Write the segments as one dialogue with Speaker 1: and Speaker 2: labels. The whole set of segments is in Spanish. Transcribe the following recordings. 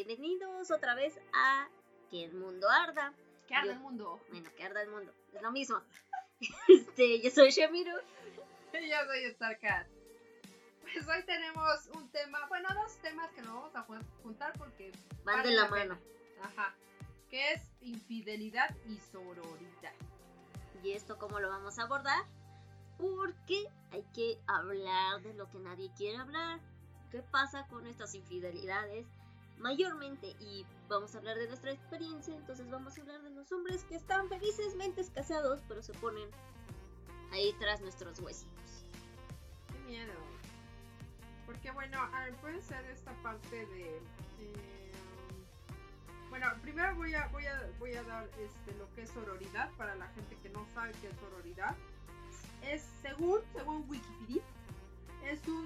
Speaker 1: bienvenidos otra vez a Que el Mundo Arda.
Speaker 2: Que arda el mundo.
Speaker 1: Bueno, que arda el mundo, es lo mismo. Yo soy Shamiru.
Speaker 2: Y yo soy Starcat. Pues hoy tenemos un tema, bueno, dos temas que nos vamos a juntar porque
Speaker 1: van de la mano.
Speaker 2: Ajá. Que es infidelidad y sororidad.
Speaker 1: ¿Y esto cómo lo vamos a abordar? Porque hay que hablar de lo que nadie quiere hablar. ¿Qué pasa con estas infidelidades? Mayormente, y vamos a hablar de nuestra experiencia, entonces vamos a hablar de los hombres que están felizmente casados, pero se ponen ahí tras nuestros huesitos.
Speaker 2: Qué miedo. Porque bueno, puede ser esta parte de... Bueno, primero voy a dar lo que es sororidad para la gente que no sabe qué es sororidad. Es según Wikipedia, es un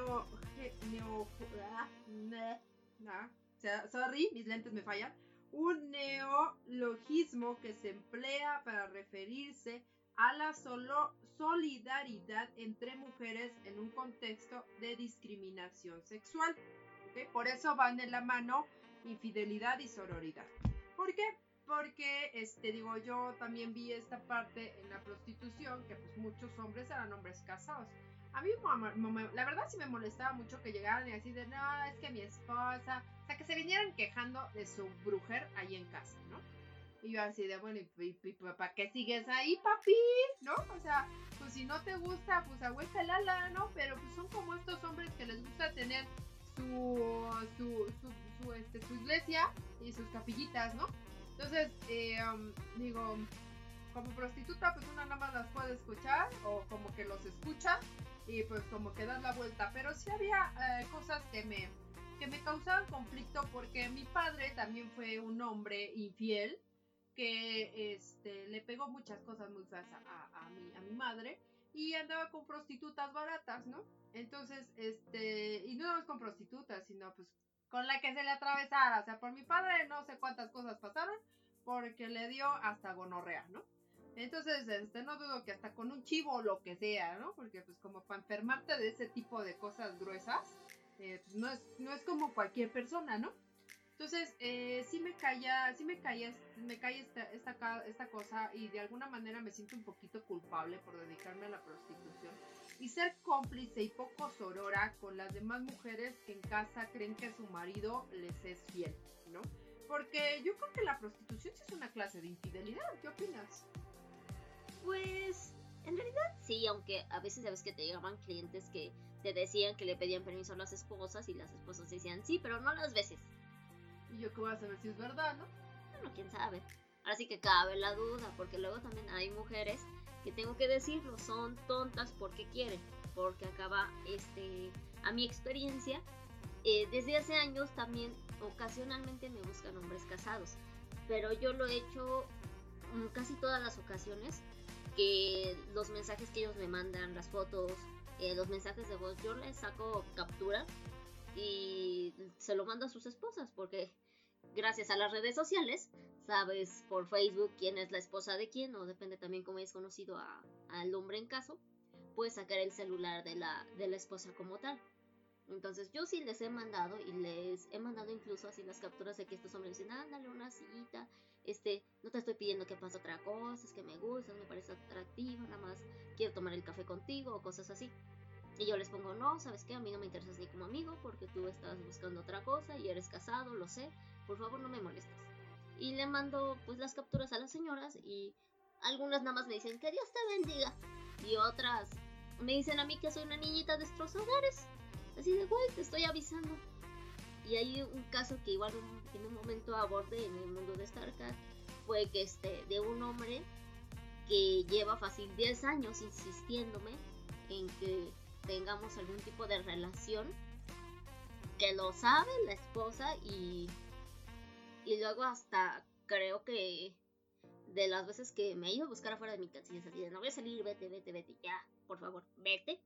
Speaker 2: sorry, mis lentes me fallan. Un neologismo que se emplea para referirse a la solidaridad entre mujeres en un contexto de discriminación sexual. ¿Okay? Por eso van de la mano infidelidad y sororidad. ¿Por qué? Porque, yo también vi esta parte en la prostitución, que pues muchos hombres eran hombres casados. A mí, la verdad sí me molestaba mucho que llegaran y así de, no, es que mi esposa, o sea, que se vinieran quejando de su brujer ahí en casa, ¿no? Y yo así de, bueno, ¿y para qué sigues ahí, papi? ¿No? O sea, pues si no te gusta, pues agüétalala, ¿no? Pero pues son como estos hombres que les gusta tener su iglesia y sus capillitas, ¿no? Entonces, como prostituta, pues una nada más las puede escuchar o como que los escucha y pues como que das la vuelta. Pero sí había cosas que me causaban conflicto porque mi padre también fue un hombre infiel que le pegó muchas cosas muy feas a mi madre y andaba con prostitutas baratas, ¿no? Entonces, y no es con prostitutas, sino pues con la que se le atravesara. O sea, por mi padre no sé cuántas cosas pasaron porque le dio hasta gonorrea, ¿no? Entonces, no dudo que hasta con un chivo o lo que sea, ¿no? Porque pues como para enfermarte de ese tipo de cosas gruesas, pues no es como cualquier persona, ¿no? Entonces, sí me caía esta cosa y de alguna manera me siento un poquito culpable por dedicarme a la prostitución y ser cómplice y poco sorora con las demás mujeres que en casa creen que su marido les es fiel, ¿no? Porque yo creo que la prostitución sí es una clase de infidelidad. ¿Qué opinas?
Speaker 1: Pues, en realidad sí, aunque a veces sabes que te llegaban clientes que te decían que le pedían permiso a las esposas y las esposas decían sí, pero no las veces.
Speaker 2: Y yo qué voy a saber si es verdad, ¿no?
Speaker 1: Bueno, quién sabe. Ahora sí que cabe la duda, porque luego también hay mujeres que tengo que decirlo, son tontas porque quieren, porque acaba, a mi experiencia, desde hace años también ocasionalmente me buscan hombres casados, pero yo lo he hecho casi todas las ocasiones, que los mensajes que ellos me mandan, las fotos, los mensajes de voz, yo les saco captura y se lo mando a sus esposas, porque gracias a las redes sociales sabes por Facebook quién es la esposa de quién, o depende también cómo hayas conocido al hombre en caso, puedes sacar el celular de la esposa como tal. Entonces yo sí les he mandado, y les he mandado incluso así las capturas de que estos hombres dicen, ándale una cita, no te estoy pidiendo que pase otra cosa, es que me gustas, me parece atractiva, nada más quiero tomar el café contigo o cosas así. Y yo les pongo, no, ¿sabes qué? A mí no me interesas ni como amigo porque tú estás buscando otra cosa y eres casado, lo sé, por favor no me molestes. Y le mando pues las capturas a las señoras y algunas nada más me dicen, que Dios te bendiga. Y otras me dicen a mí que soy una niñita destrozadoras. Así de, güey, te estoy avisando. Y hay un caso que igual en un momento abordé en el mundo de Starcat, fue que de un hombre que lleva fácil 10 años insistiéndome en que tengamos algún tipo de relación, que lo sabe la esposa y luego hasta creo que de las veces que me he ido a buscar afuera de mi casa y es así de, no voy a salir, vete, ya, por favor, vete.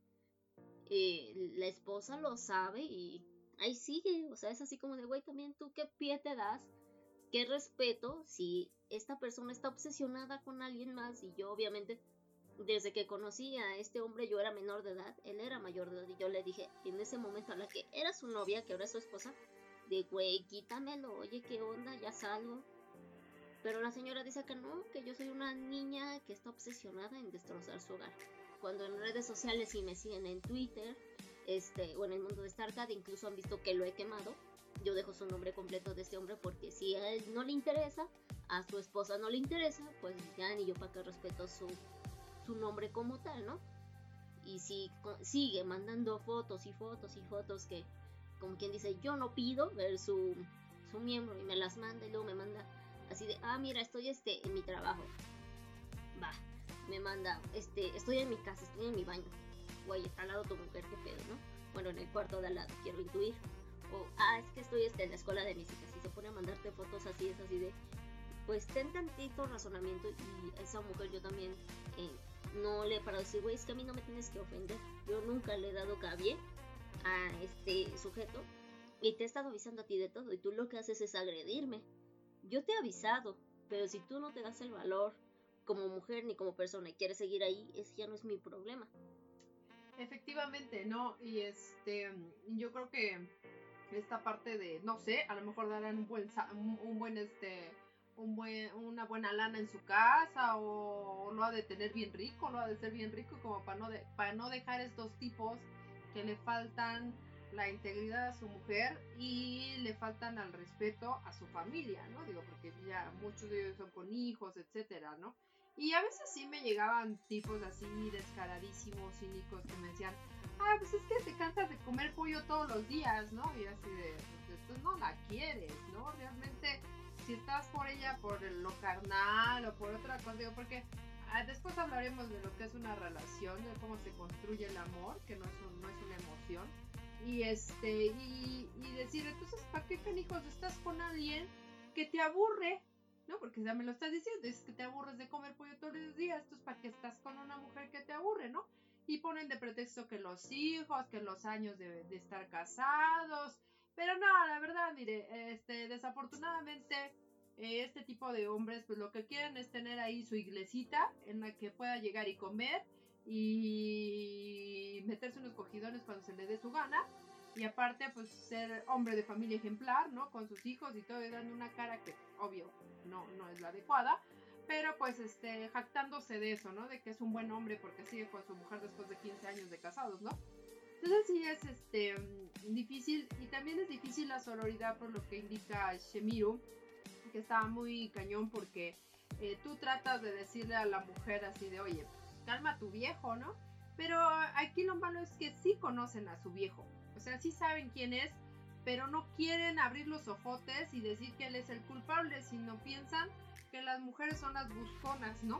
Speaker 1: La esposa lo sabe y ahí sigue, o sea, es así como de, güey, también tú qué pie te das, qué respeto si esta persona está obsesionada con alguien más. Y yo obviamente desde que conocí a este hombre yo era menor de edad, él era mayor de edad, y yo le dije en ese momento a la que era su novia, que ahora es su esposa, de güey, quítamelo, oye, ¿qué onda? Ya salgo. Pero la señora dice que no, que yo soy una niña que está obsesionada en destrozar su hogar. Cuando en redes sociales, si me siguen en Twitter, o en el mundo de StarCat, incluso han visto que lo he quemado. Yo dejo su nombre completo de este hombre porque si a él no le interesa, a su esposa no le interesa, pues ya ni yo para qué respeto su nombre como tal, ¿no? Y si sigue mandando fotos y fotos y fotos que, como quien dice, yo no pido ver su miembro y me las manda y luego me manda así de, mira, estoy en mi trabajo. Va, me manda, estoy en mi casa, estoy en mi baño. Güey, está al lado tu mujer, qué pedo, ¿no? Bueno, en el cuarto de al lado, quiero intuir. O, es que estoy en la escuela de mis hijas y se pone a mandarte fotos así, es así de, pues ten tantito razonamiento. Y a esa mujer yo también no le he parado a decir, güey, es que a mí no me tienes que ofender. Yo nunca le he dado cabie a este sujeto y te he estado avisando a ti de todo y tú lo que haces es agredirme. Yo te he avisado, pero si tú no te das el valor como mujer ni como persona y quieres seguir ahí, ese ya no es mi problema.
Speaker 2: Efectivamente, ¿no? Y yo creo que esta parte de, no sé, a lo mejor darán una buena lana en su casa, o lo ha de tener bien rico, lo ha de ser bien rico, como para no dejar estos tipos que le faltan la integridad a su mujer y le faltan al respeto a su familia, ¿no? Digo, porque ya muchos de ellos son con hijos, etcétera, ¿no? Y a veces sí me llegaban tipos así descaradísimos, cínicos, que me decían, pues es que te cansas de comer pollo todos los días, ¿no? Y así de, pues tú no la quieres, ¿no? Realmente, si estás por ella por lo carnal o por otra cosa, digo, porque después hablaremos de lo que es una relación, de cómo se construye el amor, que no es una emoción. Y decir, entonces, ¿para qué canijos estás con alguien que te aburre? ¿No? Porque ya me lo estás diciendo, es que te aburres de comer pollo todos los días, entonces ¿para qué estás con una mujer que te aburre, no? Y ponen de pretexto que los hijos, que los años de estar casados, pero no, la verdad, mire, desafortunadamente, este tipo de hombres, pues lo que quieren es tener ahí su iglesita en la que pueda llegar y comer y meterse unos cogidones cuando se le dé su gana. Y aparte, pues ser hombre de familia ejemplar, ¿no? Con sus hijos y todo, y dando una cara que, obvio, no es la adecuada. Pero pues jactándose de eso, ¿no? De que es un buen hombre porque sigue con su mujer después de 15 años de casados, ¿no? Entonces sí es difícil. Y también es difícil la sororidad, por lo que indica Shemiru, que está muy cañón porque tú tratas de decirle a la mujer así de, oye, calma a tu viejo, ¿no? Pero aquí lo malo es que sí conocen a su viejo. O sea, sí saben quién es, pero no quieren abrir los ojotes y decir que él es el culpable, sino piensan que las mujeres son las busconas, ¿no?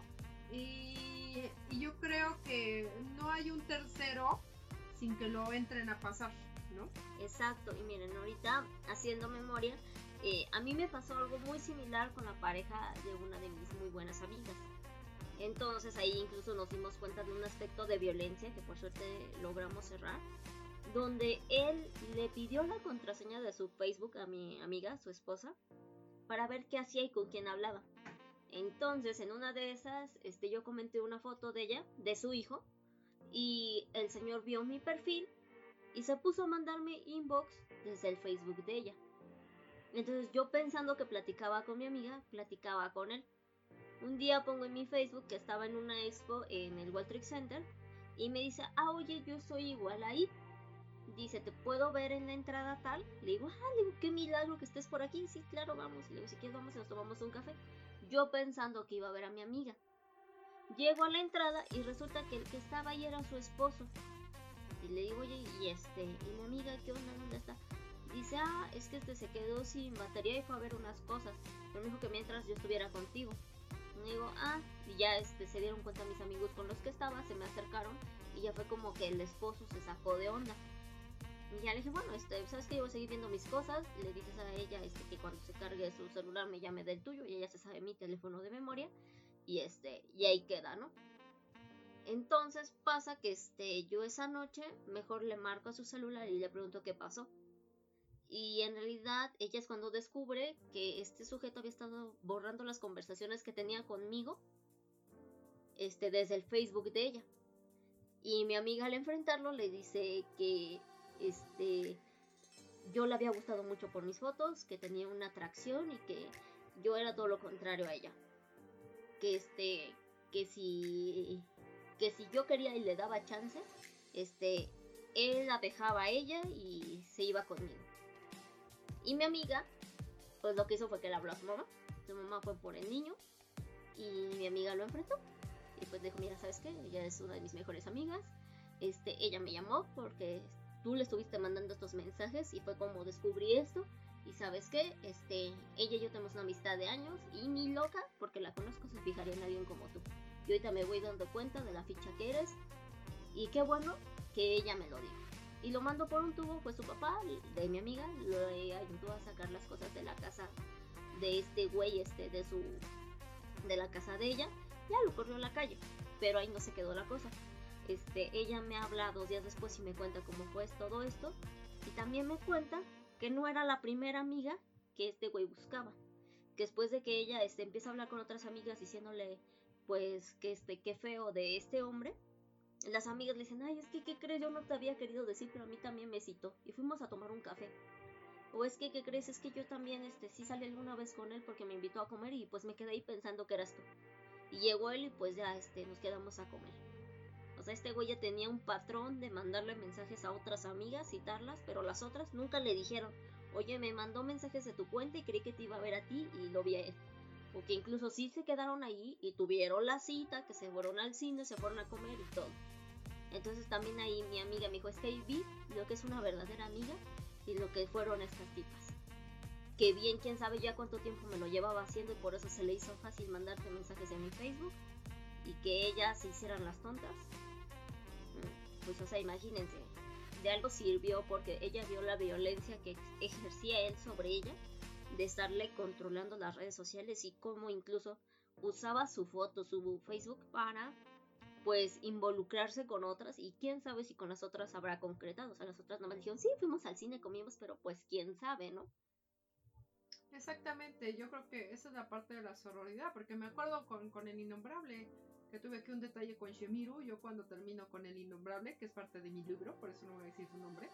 Speaker 2: Y yo creo que no hay un tercero sin que lo entren a pasar, ¿no?
Speaker 1: Exacto, y miren, ahorita haciendo memoria, a mí me pasó algo muy similar con la pareja de una de mis muy buenas amigas. Entonces ahí incluso nos dimos cuenta de un aspecto de violencia que por suerte logramos cerrar, donde él le pidió la contraseña de su Facebook a mi amiga, su esposa, para ver qué hacía y con quién hablaba. Entonces en una de esas yo comenté una foto de ella, de su hijo, y el señor vio mi perfil y se puso a mandarme inbox desde el Facebook de ella. Entonces yo, pensando que platicaba con mi amiga, platicaba con él. Un día pongo en mi Facebook que estaba en una expo en el World Trade Center y me dice, oye, yo soy igual ahí. Dice, ¿te puedo ver en la entrada tal? Le digo, qué milagro que estés por aquí. Sí, claro, vamos. Le digo, si quieres vamos y nos tomamos un café. Yo pensando que iba a ver a mi amiga. Llego a la entrada y resulta que el que estaba ahí era su esposo. Y le digo, oye, y mi amiga, ¿qué onda? ¿Dónde está? Dice, es que se quedó sin batería y fue a ver unas cosas. Pero me dijo que mientras yo estuviera contigo. Y digo, y ya se dieron cuenta mis amigos con los que estaba, se me acercaron y ya fue como que el esposo se sacó de onda. Y ya le dije, bueno, sabes que yo voy a seguir viendo mis cosas. Le dices a ella que cuando se cargue su celular me llame del tuyo y ella se sabe mi teléfono de memoria. Y ahí queda, ¿no? Entonces pasa que yo esa noche mejor le marco a su celular y le pregunto qué pasó. Y en realidad ella es cuando descubre que este sujeto había estado borrando las conversaciones que tenía conmigo desde el Facebook de ella. Y mi amiga, al enfrentarlo, le dice que yo le había gustado mucho por mis fotos, que tenía una atracción y que yo era todo lo contrario a ella. Que que si yo quería y le daba chance, él la dejaba a ella y se iba conmigo. Y mi amiga, pues lo que hizo fue que le habló a su mamá fue por el niño y mi amiga lo enfrentó. Y pues dijo, mira, ¿sabes qué? Ella es una de mis mejores amigas, ella me llamó porque tú le estuviste mandando estos mensajes y fue como descubrí esto. Y ¿sabes qué? Ella y yo tenemos una amistad de años y ni loca, porque la conozco, se fijaría en alguien como tú. Y ahorita me voy dando cuenta de la ficha que eres y qué bueno que ella me lo dijo. Y lo mandó por un tubo, fue su papá, de mi amiga, le ayudó a sacar las cosas de la casa de este güey, de la casa de ella, ya lo corrió a la calle, pero ahí no se quedó la cosa. Ella me habla 2 días después y me cuenta cómo fue todo esto, y también me cuenta que no era la primera amiga que este güey buscaba, que después de que ella empieza a hablar con otras amigas diciéndole pues que qué feo de este hombre, las amigas le dicen, ay, es que ¿qué crees? Yo no te había querido decir, pero a mí también me citó y fuimos a tomar un café. O es que, ¿qué crees? Es que yo también sí salí alguna vez con él porque me invitó a comer y pues me quedé ahí pensando que eras tú. Y llegó él y pues ya nos quedamos a comer. O sea, este güey ya tenía un patrón de mandarle mensajes a otras amigas, citarlas, pero las otras nunca le dijeron, oye, me mandó mensajes de tu cuenta y creí que te iba a ver a ti y lo vi a él. O que incluso sí se quedaron ahí y tuvieron la cita, que se fueron al cine, se fueron a comer y todo. Entonces también ahí mi amiga me dijo, es que ahí vi lo que es una verdadera amiga y lo que fueron estas tipas. Que bien, quién sabe ya cuánto tiempo me lo llevaba haciendo y por eso se le hizo fácil mandarte mensajes en mi Facebook y que ellas se hicieran las tontas. Pues o sea, imagínense, de algo sirvió porque ella vio la violencia que ejercía él sobre ella, de estarle controlando las redes sociales y cómo incluso usaba su foto, su Facebook para pues involucrarse con otras y quién sabe si con las otras habrá concretado. O sea, las otras nomás dijeron, sí, fuimos al cine, comimos, pero pues quién sabe, ¿no?
Speaker 2: Exactamente, yo creo que esa es la parte de la sororidad, porque me acuerdo con el innombrable, que tuve aquí un detalle con Shemiru, yo cuando termino con el innombrable, que es parte de mi libro, por eso no voy a decir su nombre,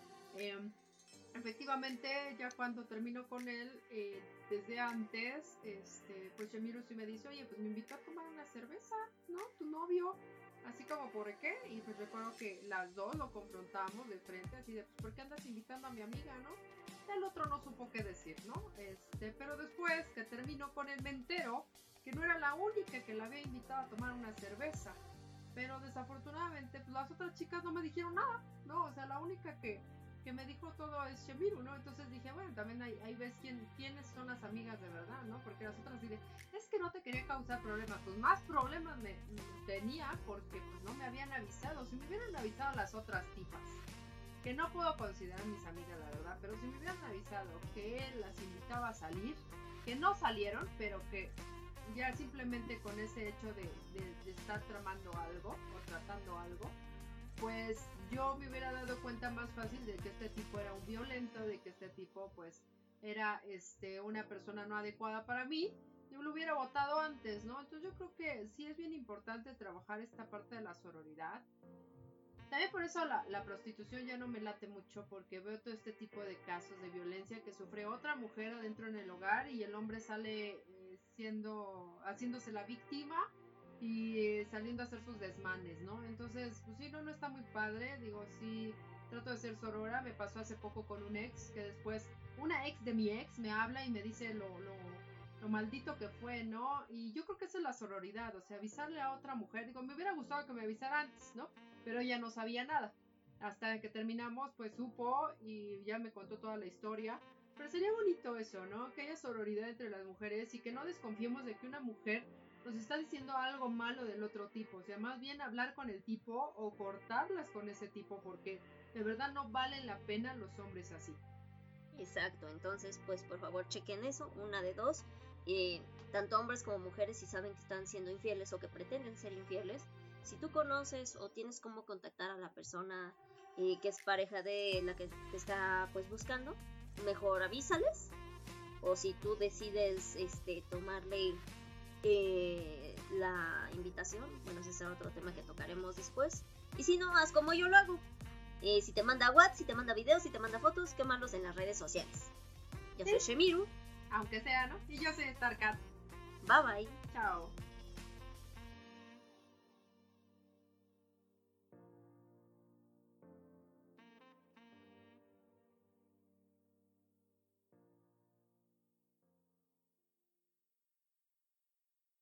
Speaker 2: efectivamente ya cuando termino con él, desde antes, pues Shemiru sí me dice, oye, pues me invitó a tomar una cerveza, ¿no? Tu novio, así como, ¿por qué? Y pues recuerdo que las dos lo confrontamos de frente, así de, pues, ¿por qué andas invitando a mi amiga, no? El otro no supo qué decir, ¿no? Pero después que terminó con él me entero que no era la única que la había invitado a tomar una cerveza. Pero desafortunadamente pues, las otras chicas no me dijeron nada, ¿no? O sea, la única que me dijo todo es Shemiru, ¿no? Entonces dije, bueno, también ahí ves quiénes son las amigas de verdad, ¿no? Porque las otras dicen, es que no te quería causar problemas. Pues más problemas me tenía porque pues no me habían avisado. Si me hubieran avisado las otras tipas, que no puedo considerar mis amigas, la verdad, pero si me hubieran avisado que él las invitaba a salir, que no salieron, pero que ya simplemente con ese hecho de estar tramando algo o tratando algo, pues yo me hubiera dado cuenta más fácil de que este tipo era un violento, de que este tipo pues era una persona no adecuada para mí, yo lo hubiera votado antes, ¿no? Entonces yo creo que sí es bien importante trabajar esta parte de la sororidad. También por eso la prostitución ya no me late mucho, porque veo todo este tipo de casos de violencia que sufre otra mujer adentro en el hogar y el hombre sale haciéndose la víctima y saliendo a hacer sus desmanes, ¿no? Entonces, pues sí, no está muy padre. Digo, sí, trato de ser sorora. Me pasó hace poco con un ex, que después una ex de mi ex me habla y me dice lo maldito que fue, ¿no? Y yo creo que esa es la sororidad, o sea, avisarle a otra mujer. Digo, me hubiera gustado que me avisara antes, ¿no? Pero ella no sabía nada. Hasta que terminamos, pues supo y ya me contó toda la historia. Pero sería bonito eso, ¿no? Que haya sororidad entre las mujeres y que no desconfiemos de que una mujer nos está diciendo algo malo del otro tipo. O sea, más bien hablar con el tipo o cortarlas con ese tipo, porque de verdad no valen la pena los hombres así.
Speaker 1: Exacto, entonces pues por favor chequen eso, una de dos, tanto hombres como mujeres si saben que están siendo infieles o que pretenden ser infieles, si tú conoces o tienes cómo contactar a la persona que es pareja de la que te está pues buscando, mejor avísales, o si tú decides tomarle la invitación, bueno ese será otro tema que tocaremos después, y si no, haz como yo lo hago. Si te manda WhatsApp, si te manda videos, si te manda fotos, quémalos en las redes sociales. Yo soy Shemiru.
Speaker 2: Aunque sea, ¿no? Y yo soy Starcat.
Speaker 1: Bye bye.
Speaker 2: Chao.